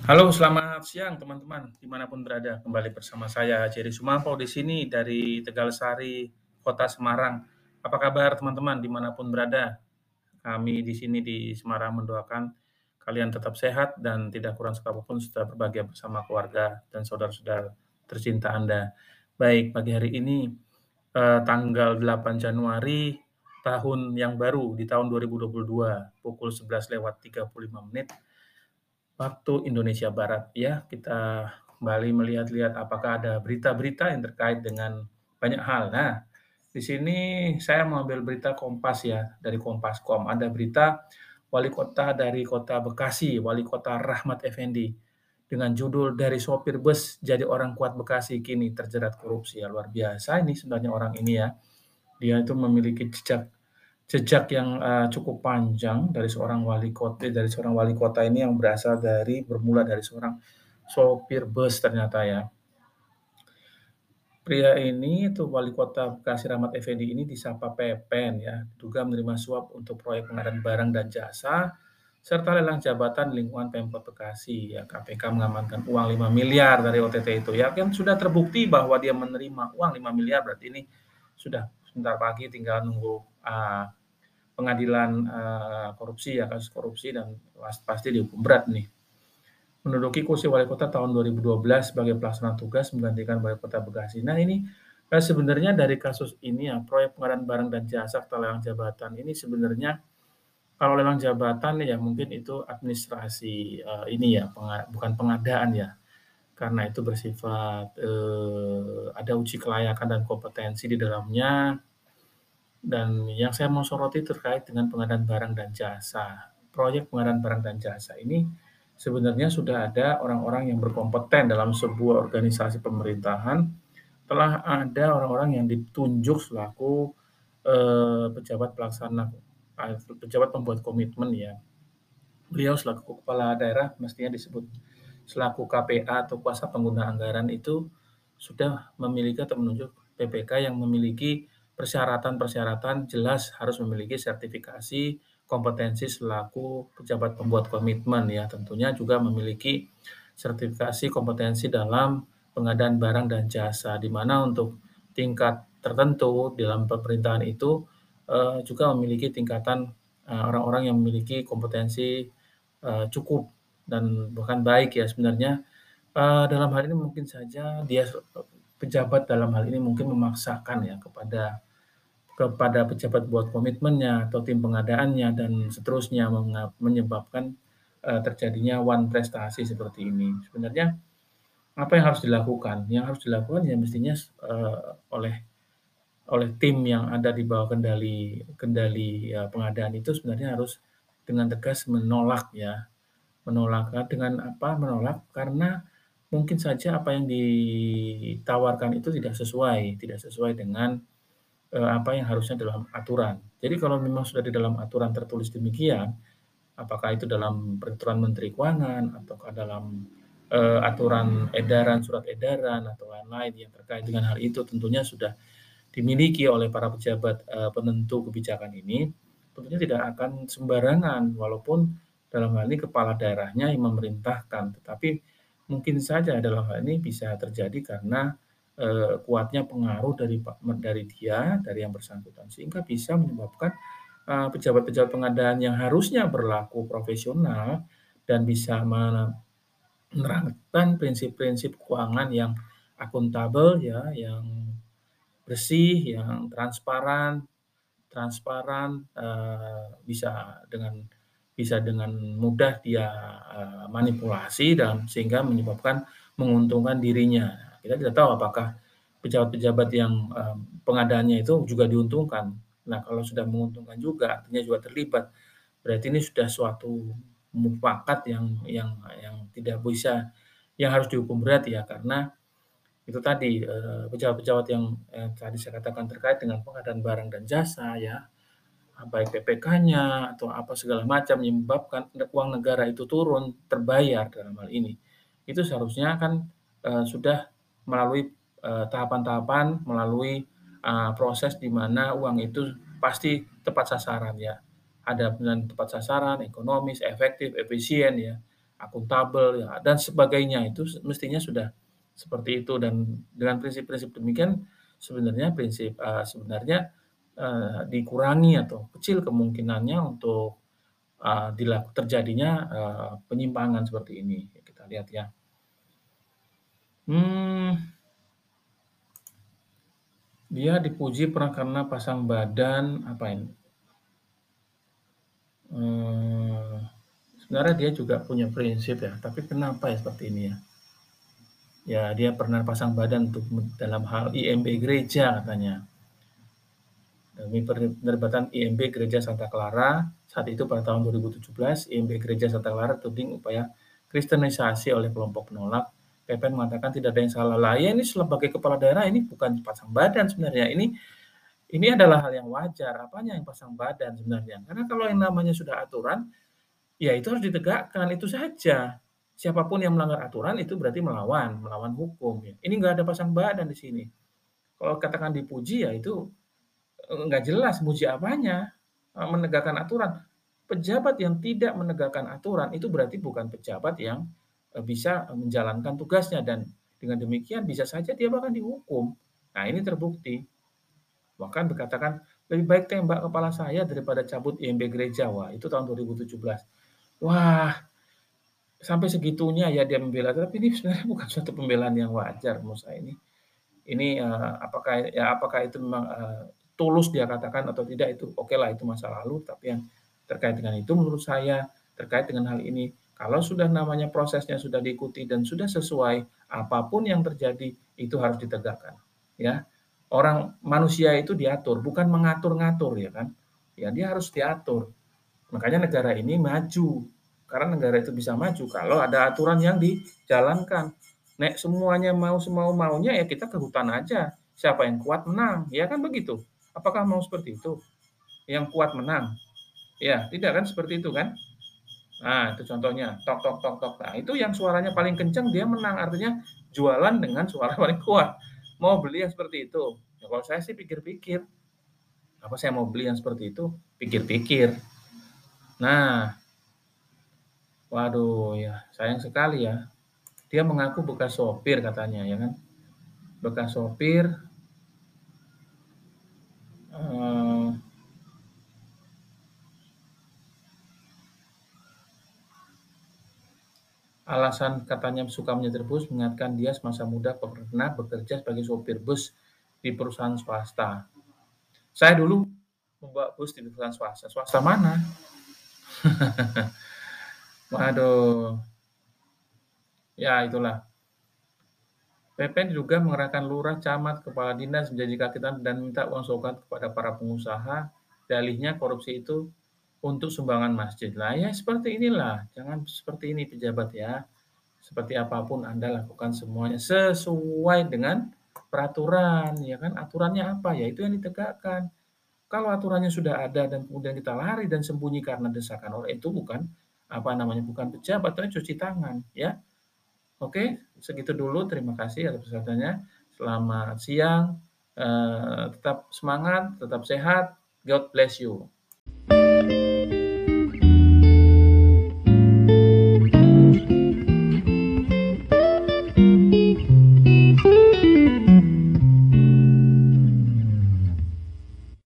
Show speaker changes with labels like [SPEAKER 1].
[SPEAKER 1] Halo, selamat siang teman-teman, dimanapun berada. Kembali bersama saya Jerry Sumampo di sini dari Tegalsari, Kota Semarang. Apa kabar teman-teman dimanapun berada? Kami di sini di Semarang mendoakan kalian tetap sehat dan tidak kurang suka apapun sudah berbahagia bersama keluarga dan saudara-saudara tercinta Anda. Baik, pagi hari ini tanggal 8 Januari tahun yang baru di tahun 2022 pukul 11:35 waktu Indonesia Barat. Ya, kita kembali melihat-lihat apakah ada berita-berita yang terkait dengan banyak hal. Nah, di sini saya mengambil berita Kompas ya, dari Kompas.com. Ada berita wali kota dari kota Bekasi, wali kota Rahmat Effendi, dengan judul "Dari Sopir Bus Jadi Orang Kuat Bekasi Kini Terjerat Korupsi". Ya, luar biasa ini sebenarnya orang ini ya. Dia itu memiliki jejak jejak yang, cukup panjang dari seorang wali kota ini yang bermula dari seorang sopir bus ternyata ya. Pria ini itu wali kota Bekasi Rahmat Effendi ini disapa Pepen ya, diduga menerima suap untuk proyek pengadaan barang dan jasa, serta lelang jabatan lingkungan Pemkot Bekasi ya. KPK mengamankan uang 5 miliar dari OTT itu ya, kan sudah terbukti bahwa dia menerima uang 5 miliar berarti ini sudah sebentar lagi tinggal nunggu, pengadilan, korupsi ya, kasus korupsi dan pasti dihukum berat nih. Menduduki kursi wali kota tahun 2012 sebagai pelaksana tugas menggantikan wali kota Bekasi. Nah ini, sebenarnya dari kasus ini ya, proyek pengadaan barang dan jasa atau lelang jabatan ini sebenarnya kalau lelang jabatan ya mungkin itu administrasi, ini ya, bukan pengadaan ya, karena itu bersifat, ada uji kelayakan dan kompetensi di dalamnya. Dan yang saya mau soroti terkait dengan pengadaan barang dan jasa. Proyek pengadaan barang dan jasa ini sebenarnya sudah ada orang-orang yang berkompeten dalam sebuah organisasi pemerintahan, telah ada orang-orang yang ditunjuk selaku, pejabat pelaksana, pejabat pembuat komitmen ya. Beliau selaku kepala daerah mestinya disebut selaku KPA atau kuasa pengguna anggaran itu sudah memiliki atau menunjuk PPK yang memiliki persyaratan-persyaratan jelas harus memiliki sertifikasi kompetensi selaku pejabat pembuat komitmen ya, tentunya juga memiliki sertifikasi kompetensi dalam pengadaan barang dan jasa, di mana untuk tingkat tertentu dalam pemerintahan itu, juga memiliki tingkatan, orang-orang yang memiliki kompetensi cukup dan bahkan baik ya sebenarnya, dalam hal ini mungkin saja dia pejabat dalam hal ini mungkin memaksakan ya kepada kepada pejabat buat komitmennya atau tim pengadaannya dan seterusnya menyebabkan, terjadinya wan prestasi seperti ini. Sebenarnya apa yang harus dilakukan? Yang harus dilakukan ya mestinya oleh oleh tim yang ada di bawah kendali kendali, pengadaan itu sebenarnya harus dengan tegas menolak ya. Menolak, dengan apa menolak? Karena mungkin saja apa yang ditawarkan itu tidak sesuai dengan, apa yang harusnya dalam aturan. Jadi kalau memang sudah di dalam aturan tertulis demikian, apakah itu dalam peraturan Menteri Keuangan ataukah dalam, aturan edaran, surat edaran atau lain-lain yang terkait dengan hal itu tentunya sudah dimiliki oleh para pejabat, penentu kebijakan ini, tentunya tidak akan sembarangan walaupun dalam hal ini kepala daerahnya yang memerintahkan. Tetapi mungkin saja dalam hal ini bisa terjadi karena, kuatnya pengaruh dari dia, dari yang bersangkutan, sehingga bisa menyebabkan, pejabat-pejabat pengadaan yang harusnya berlaku profesional dan bisa menerapkan prinsip-prinsip keuangan yang akuntabel ya, yang bersih, yang transparan transparan, bisa dengan mudah dia, manipulasi dan sehingga menguntungkan dirinya. Kita tidak tahu apakah pejabat-pejabat yang, pengadaannya itu juga diuntungkan. Nah, kalau sudah menguntungkan juga, artinya juga terlibat, berarti ini sudah suatu mufakat yang tidak bisa yang harus dihukum berat ya, karena itu tadi, pejabat-pejabat yang, tadi saya katakan terkait dengan pengadaan barang dan jasa ya, baik PPK-nya atau apa segala macam yang menyebabkan uang negara itu turun, terbayar dalam hal ini. Itu seharusnya kan, sudah melalui, tahapan-tahapan, melalui, proses di mana uang itu pasti tepat sasaran ya. Ada benar tepat sasaran, ekonomis, efektif, efisien ya. akuntabel, ya, dan sebagainya. Itu mestinya sudah seperti itu dan dengan prinsip-prinsip demikian sebenarnya dikurangi atau kecil kemungkinannya untuk, terjadinya, penyimpangan seperti ini, kita lihat ya. Mmm, Dia dipuji pernah karena pasang badan, apa ini, eee, sebenarnya dia juga punya prinsip ya, tapi kenapa ya seperti ini ya? Ya, dia pernah pasang badan untuk dalam hal IMB gereja katanya. Demi penerbitan IMB Gereja Santa Clara, saat itu pada tahun 2017, IMB Gereja Santa Clara tuding upaya kristenisasi oleh kelompok penolak. PPN mengatakan tidak ada yang salah. Lah, ya ini sebagai kepala daerah ini bukan pasang badan sebenarnya. Ini adalah hal yang wajar. Apanya yang pasang badan sebenarnya? Karena kalau yang namanya sudah aturan, ya itu harus ditegakkan, itu saja. Siapapun yang melanggar aturan itu berarti melawan hukum ya. Ini nggak ada pasang badan di sini. Kalau katakan dipuji ya itu nggak jelas muji apanya, menegakkan aturan. Pejabat yang tidak menegakkan aturan itu berarti bukan pejabat yang, bisa menjalankan tugasnya dan dengan demikian bisa saja dia bahkan dihukum. Nah ini terbukti, bahkan dikatakan, "Lebih baik tembak kepala saya daripada cabut IMB gereja." Wah itu tahun 2017. Wah, sampai segitunya ya dia membela, tapi ini sebenarnya bukan suatu pembelaan yang wajar menurut saya ini. Ini, apakah itu memang, tulus dia katakan atau tidak itu okelah itu masa lalu, tapi yang terkait dengan itu menurut saya, terkait dengan hal ini, kalau sudah namanya prosesnya sudah diikuti dan sudah sesuai, apapun yang terjadi itu harus ditegakkan, ya. Orang manusia itu diatur, bukan mengatur-ngatur ya kan. Ya dia harus diatur. Makanya negara ini maju, karena negara itu bisa maju kalau ada aturan yang dijalankan. Nek semuanya mau semau-maunya ya kita ke hutan aja, siapa yang kuat menang, ya kan begitu. Apakah mau seperti itu? Yang kuat menang? Ya, tidak kan seperti itu kan? Nah, itu contohnya, tok tok tok tok. Nah, itu yang suaranya paling kencang dia menang, artinya jualan dengan suara paling kuat. Mau beli yang seperti itu? Ya kalau saya sih pikir-pikir, apa saya mau beli yang seperti itu? Pikir-pikir. Nah, waduh ya sayang sekali ya. Dia mengaku bekas sopir katanya ya kan. Bekas sopir, eee, alasan katanya suka menyetir bus mengingatkan dia semasa muda pernah bekerja sebagai sopir bus di perusahaan swasta. Saya dulu membawa bus di perusahaan swasta. Swasta mana? Waduh, ya itulah. PPN diduga mengerahkan lurah, camat, kepala dinas, menjanji kakitan, dan minta uang sogap kepada para pengusaha. Dalihnya korupsi itu untuk sumbangan masjid. Lah ya seperti inilah, jangan seperti ini pejabat ya. Seperti apapun Anda lakukan semuanya sesuai dengan peraturan, ya kan? Aturannya apa? Ya itu yang ditegakkan. Kalau aturannya sudah ada dan kemudian kita lari dan sembunyi karena desakan orang itu bukan apa namanya, bukan pejabat, tapi cuci tangan, ya. Oke, segitu dulu. Terima kasih atas perhatiannya. Selamat siang, tetap semangat, tetap sehat. God bless you.